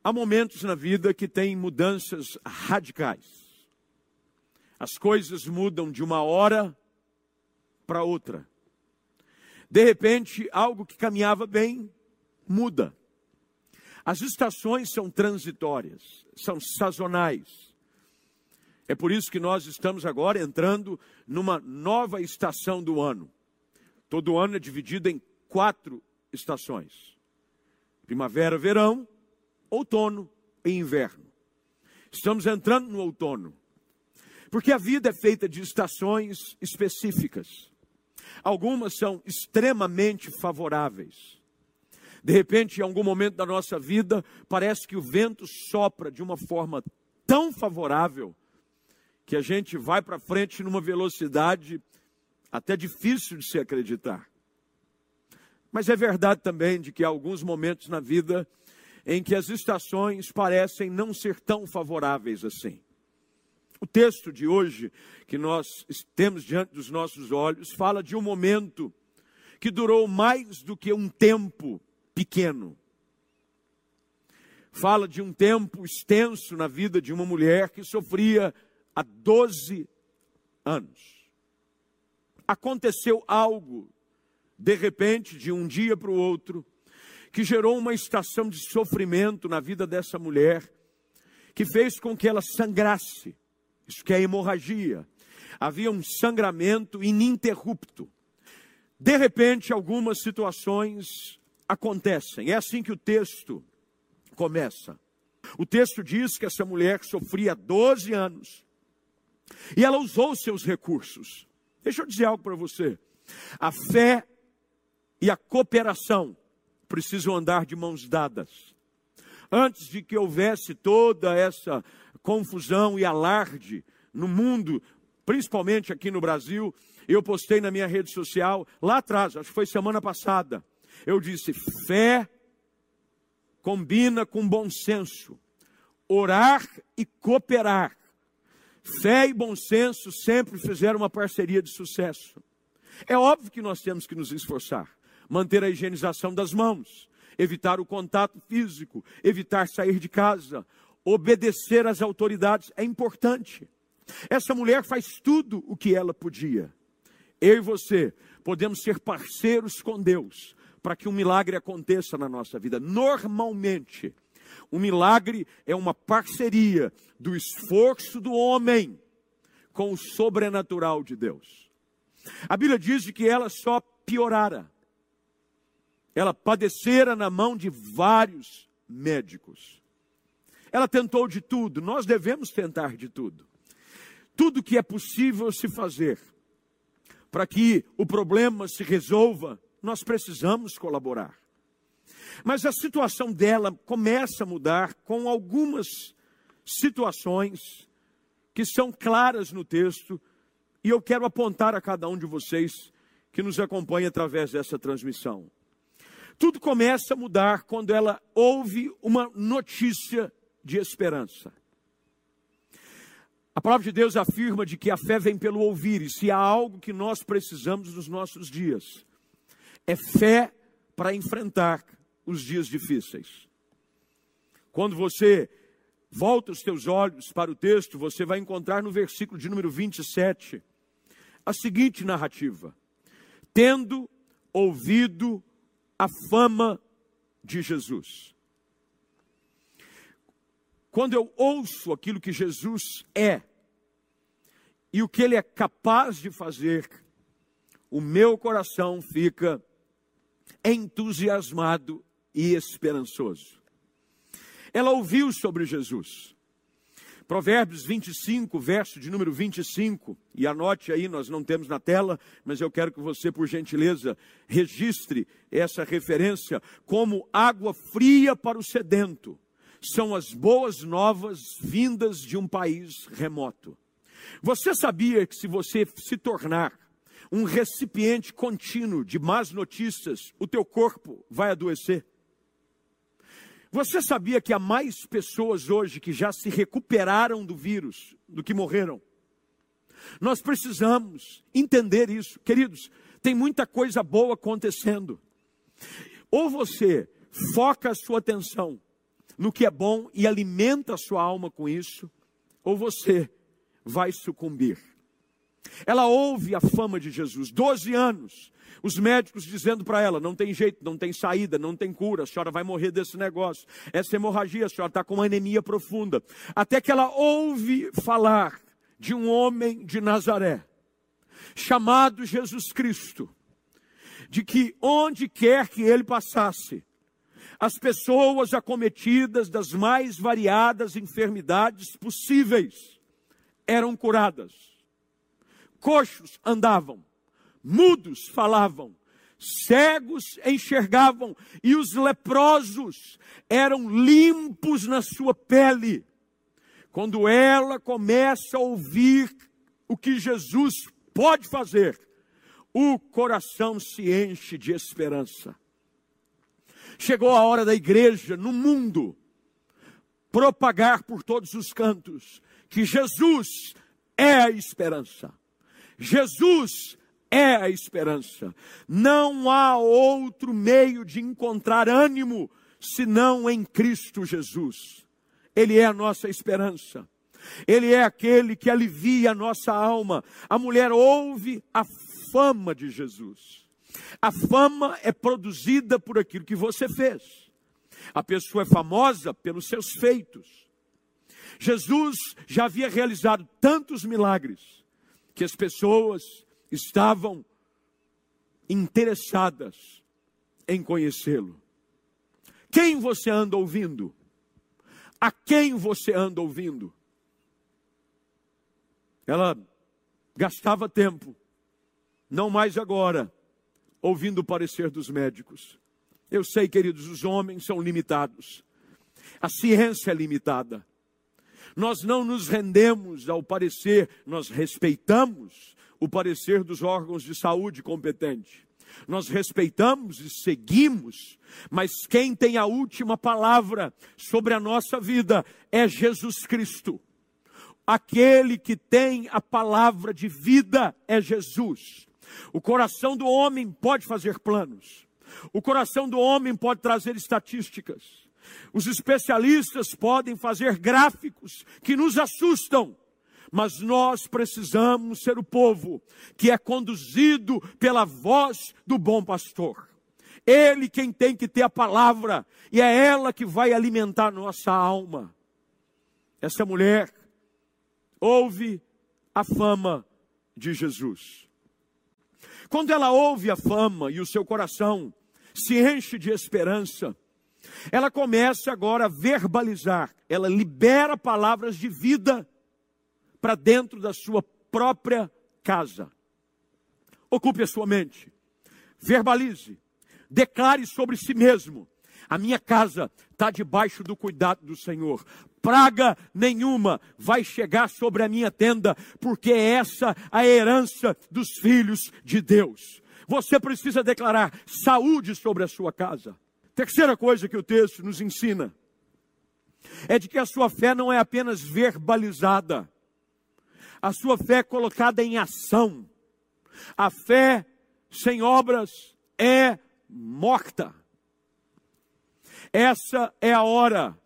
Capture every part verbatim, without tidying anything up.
Há momentos na vida que tem mudanças radicais. As coisas mudam de uma hora para outra. De repente, algo que caminhava bem, muda. As estações são transitórias, são sazonais. É por isso que nós estamos agora entrando numa nova estação do ano. Todo ano é dividido em quatro estações: primavera, verão, outono e inverno. Estamos entrando no outono, porque a vida é feita de estações específicas. Algumas são extremamente favoráveis. De repente, em algum momento da nossa vida, parece que o vento sopra de uma forma tão favorável que a gente vai para frente numa velocidade até difícil de se acreditar. Mas é verdade também de que há alguns momentos na vida em que as estações parecem não ser tão favoráveis assim. O texto de hoje, que nós temos diante dos nossos olhos, fala de um momento que durou mais do que um tempo pequeno. Fala de um tempo extenso na vida de uma mulher que sofria há doze anos. Aconteceu algo, de repente, de um dia para o outro, que gerou uma estação de sofrimento na vida dessa mulher, que fez com que ela sangrasse. Isso que é hemorragia. Havia um sangramento ininterrupto. De repente, algumas situações acontecem. É assim que o texto começa. O texto diz que essa mulher sofria doze anos. E ela usou seus recursos. Deixa eu dizer algo para você. A fé e a cooperação precisam andar de mãos dadas. Antes de que houvesse toda essa confusão e alarde no mundo, principalmente aqui no Brasil, eu postei na minha rede social, lá atrás, acho que foi semana passada, eu disse: fé combina com bom senso, orar e cooperar. Fé e bom senso sempre fizeram uma parceria de sucesso. É óbvio que nós temos que nos esforçar, manter a higienização das mãos, evitar o contato físico, evitar sair de casa, obedecer às autoridades, é importante. Essa mulher faz tudo o que ela podia. Eu e você podemos ser parceiros com Deus para que um milagre aconteça na nossa vida. Normalmente, um milagre é uma parceria do esforço do homem com o sobrenatural de Deus. A Bíblia diz que ela só piorara. Ela padecera na mão de vários médicos. Ela tentou de tudo, nós devemos tentar de tudo. Tudo que é possível se fazer para que o problema se resolva, nós precisamos colaborar. Mas a situação dela começa a mudar com algumas situações que são claras no texto, e eu quero apontar a cada um de vocês que nos acompanha através dessa transmissão. Tudo começa a mudar quando ela ouve uma notícia de esperança. A palavra de Deus afirma de que a fé vem pelo ouvir, e se há algo que nós precisamos nos nossos dias, é fé para enfrentar os dias difíceis. Quando você volta os teus olhos para o texto, você vai encontrar no versículo de número vinte e sete, a seguinte narrativa: tendo ouvido a fama de Jesus. Quando eu ouço aquilo que Jesus é e o que Ele é capaz de fazer, o meu coração fica entusiasmado e esperançoso. Ela ouviu sobre Jesus. Provérbios vinte e cinco, verso de número vinte e cinco, e anote aí, nós não temos na tela, mas eu quero que você, por gentileza, registre essa referência: como água fria para o sedento, são as boas novas vindas de um país remoto. Você sabia que se você se tornar um recipiente contínuo de más notícias, o teu corpo vai adoecer? Você sabia que há mais pessoas hoje que já se recuperaram do vírus do que morreram? Nós precisamos entender isso. Queridos, tem muita coisa boa acontecendo. Ou você foca a sua atenção no que é bom e alimenta a sua alma com isso, ou você vai sucumbir. Ela ouve a fama de Jesus, doze anos, os médicos dizendo para ela, não tem jeito, não tem saída, não tem cura, a senhora vai morrer desse negócio, essa hemorragia, a senhora está com uma anemia profunda. Até que ela ouve falar de um homem de Nazaré, chamado Jesus Cristo, de que onde quer que ele passasse, as pessoas acometidas das mais variadas enfermidades possíveis eram curadas. Coxos andavam, mudos falavam, cegos enxergavam e os leprosos eram limpos na sua pele. Quando ela começa a ouvir o que Jesus pode fazer, o coração se enche de esperança. Chegou a hora da igreja no mundo propagar por todos os cantos que Jesus é a esperança. Jesus é a esperança. Não há outro meio de encontrar ânimo senão em Cristo Jesus. Ele é a nossa esperança. Ele é aquele que alivia a nossa alma. A mulher ouve a fama de Jesus. A fama é produzida por aquilo que você fez. A pessoa é famosa pelos seus feitos. Jesus já havia realizado tantos milagres que as pessoas estavam interessadas em conhecê-lo. Quem você anda ouvindo? A quem você anda ouvindo? Ela gastava tempo, não mais agora, ouvindo o parecer dos médicos. Eu sei, queridos, os homens são limitados. A ciência é limitada. Nós não nos rendemos ao parecer, nós respeitamos o parecer dos órgãos de saúde competentes. Nós respeitamos e seguimos, mas quem tem a última palavra sobre a nossa vida é Jesus Cristo. Aquele que tem a palavra de vida é Jesus. O coração do homem pode fazer planos. O coração do homem pode trazer estatísticas. Os especialistas podem fazer gráficos que nos assustam. Mas nós precisamos ser o povo que é conduzido pela voz do bom pastor. Ele quem tem que ter a palavra e é ela que vai alimentar nossa alma. Essa mulher ouve a fama de Jesus. Quando ela ouve a fama e o seu coração se enche de esperança, ela começa agora a verbalizar, ela libera palavras de vida para dentro da sua própria casa. Ocupe a sua mente, verbalize, declare sobre si mesmo, a minha casa está debaixo do cuidado do Senhor. Praga nenhuma vai chegar sobre a minha tenda, porque é essa a herança dos filhos de Deus. Você precisa declarar saúde sobre a sua casa. Terceira coisa que o texto nos ensina é de que a sua fé não é apenas verbalizada. A sua fé é colocada em ação. A fé sem obras é morta. Essa é a hora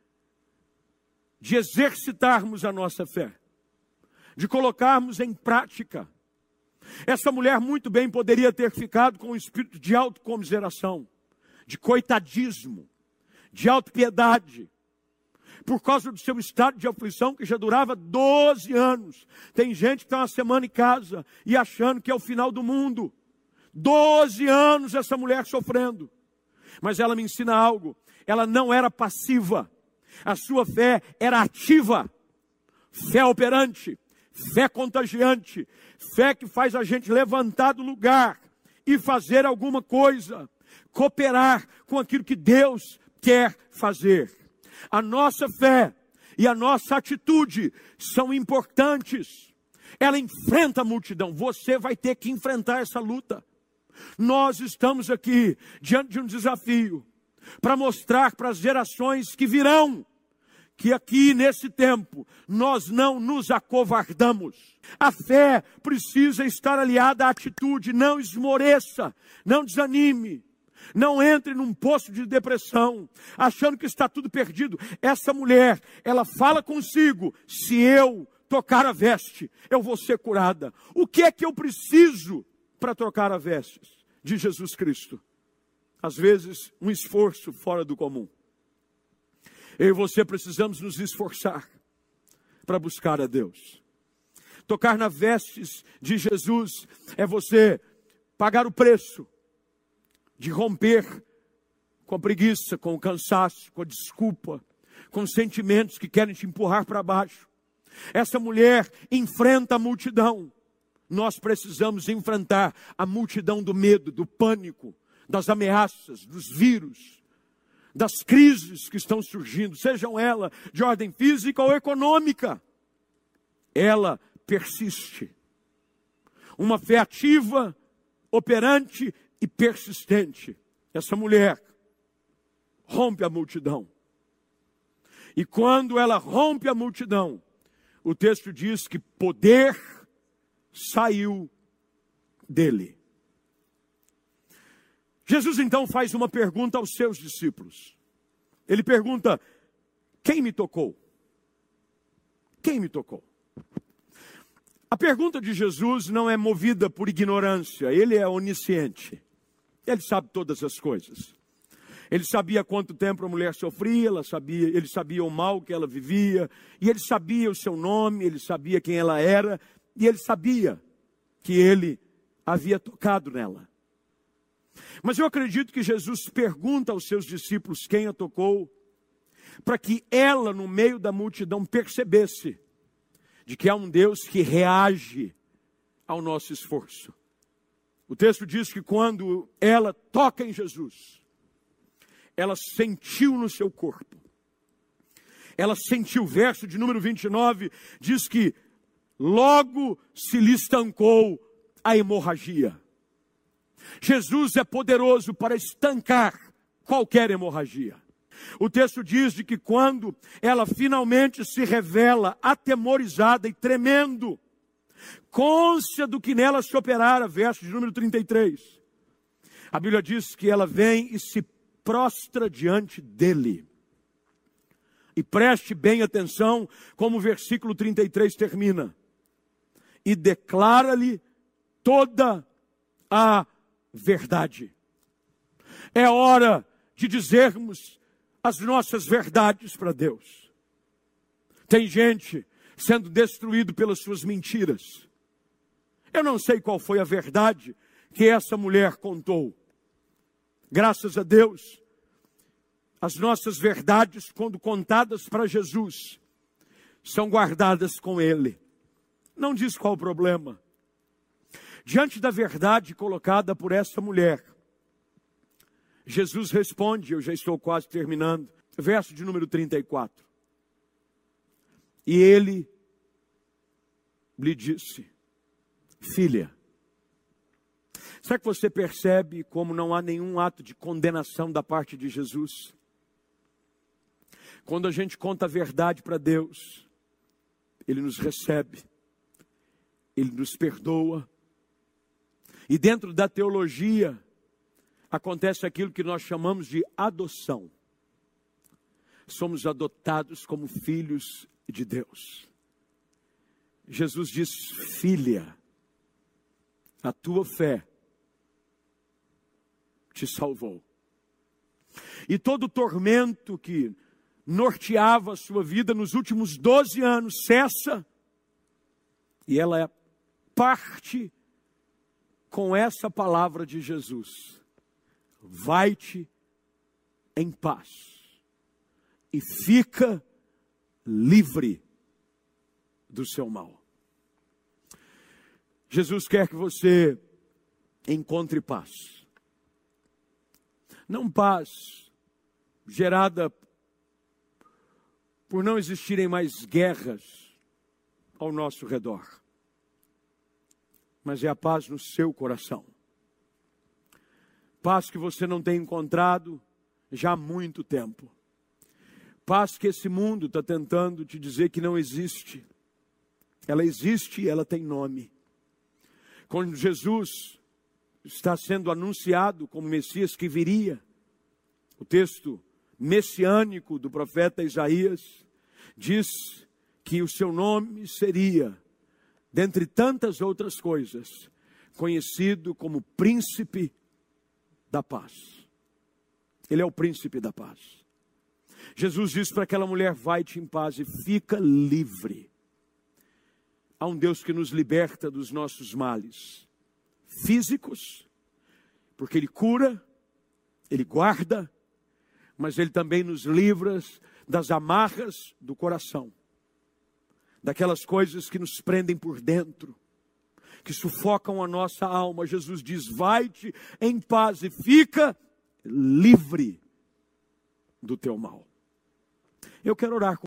de exercitarmos a nossa fé, de colocarmos em prática. Essa mulher muito bem poderia ter ficado com um espírito de autocomiseração, de coitadismo, de autopiedade, por causa do seu estado de aflição que já durava doze anos. Tem gente que está uma semana em casa e achando que é o final do mundo. doze anos essa mulher sofrendo. Mas ela me ensina algo. Ela não era passiva. A sua fé era ativa. Fé operante. Fé contagiante. Fé que faz a gente levantar do lugar e fazer alguma coisa. Cooperar com aquilo que Deus quer fazer. A nossa fé e a nossa atitude são importantes. Ela enfrenta a multidão. Você vai ter que enfrentar essa luta. Nós estamos aqui diante de um desafio para mostrar para as gerações que virão que aqui nesse tempo nós não nos acovardamos. A fé precisa estar aliada à atitude. Não esmoreça, não desanime. Não entre num poço de depressão, achando que está tudo perdido. Essa mulher, ela fala consigo: se eu tocar a veste, eu vou ser curada. O que é que eu preciso para trocar a veste de Jesus Cristo? Às vezes, um esforço fora do comum. Eu e você precisamos nos esforçar para buscar a Deus. Tocar nas vestes de Jesus é você pagar o preço de romper com a preguiça, com o cansaço, com a desculpa, com os sentimentos que querem te empurrar para baixo. Essa mulher enfrenta a multidão. Nós precisamos enfrentar a multidão do medo, do pânico, das ameaças, dos vírus, das crises que estão surgindo, sejam elas de ordem física ou econômica. Ela persiste. Uma fé ativa, operante e persistente. Essa mulher rompe a multidão. E quando ela rompe a multidão, o texto diz que poder saiu dele. Jesus então faz uma pergunta aos seus discípulos. Ele pergunta: quem me tocou? Quem me tocou? A pergunta de Jesus não é movida por ignorância. Ele é onisciente. Ele sabe todas as coisas. Ele sabia quanto tempo a mulher sofria, ela sabia, ele sabia o mal que ela vivia, e ele sabia o seu nome, ele sabia quem ela era, e ele sabia que ele havia tocado nela. Mas eu acredito que Jesus pergunta aos seus discípulos quem a tocou, para que ela, no meio da multidão, percebesse de que há um Deus que reage ao nosso esforço. O texto diz que quando ela toca em Jesus, ela sentiu no seu corpo. Ela sentiu, verso de número vinte e nove, diz que logo se lhe estancou a hemorragia. Jesus é poderoso para estancar qualquer hemorragia. O texto diz de que quando ela finalmente se revela atemorizada e tremendo, cônscia do que nela se operara, verso de número trinta e três. A Bíblia diz que ela vem e se prostra diante dele. E preste bem atenção como o versículo trinta e três termina. E declara-lhe toda a verdade. É hora de dizermos as nossas verdades para Deus. Tem gente sendo destruído pelas suas mentiras. Eu não sei qual foi a verdade que essa mulher contou. Graças a Deus, as nossas verdades, quando contadas para Jesus, são guardadas com Ele. Não diz qual o problema. Diante da verdade colocada por essa mulher, Jesus responde, eu já estou quase terminando, verso de número trinta e quatro. E ele lhe disse: filha. Será que você percebe como não há nenhum ato de condenação da parte de Jesus? Quando a gente conta a verdade para Deus, Ele nos recebe, Ele nos perdoa. E dentro da teologia, acontece aquilo que nós chamamos de adoção. Somos adotados como filhos de Deus. Jesus diz: filha, a tua fé te salvou. E todo o tormento que norteava a sua vida nos últimos doze anos cessa. E ela é parte com essa palavra de Jesus: vai-te em paz e fica livre do seu mal. Jesus quer que você encontre paz. Não paz gerada por não existirem mais guerras ao nosso redor, mas é a paz no seu coração. Paz que você não tem encontrado já há muito tempo. Paz que esse mundo está tentando te dizer que não existe. Ela existe e ela tem nome. Quando Jesus está sendo anunciado como Messias que viria. O texto messiânico do profeta Isaías diz que o seu nome seria, dentre tantas outras coisas, conhecido como Príncipe da Paz. Ele é o Príncipe da Paz. Jesus diz para aquela mulher: vai-te em paz e fica livre. Há um Deus que nos liberta dos nossos males físicos, porque Ele cura, Ele guarda, mas Ele também nos livra das amarras do coração, daquelas coisas que nos prendem por dentro, que sufocam a nossa alma. Jesus diz: vai-te em paz e fica livre do teu mal. Eu quero orar com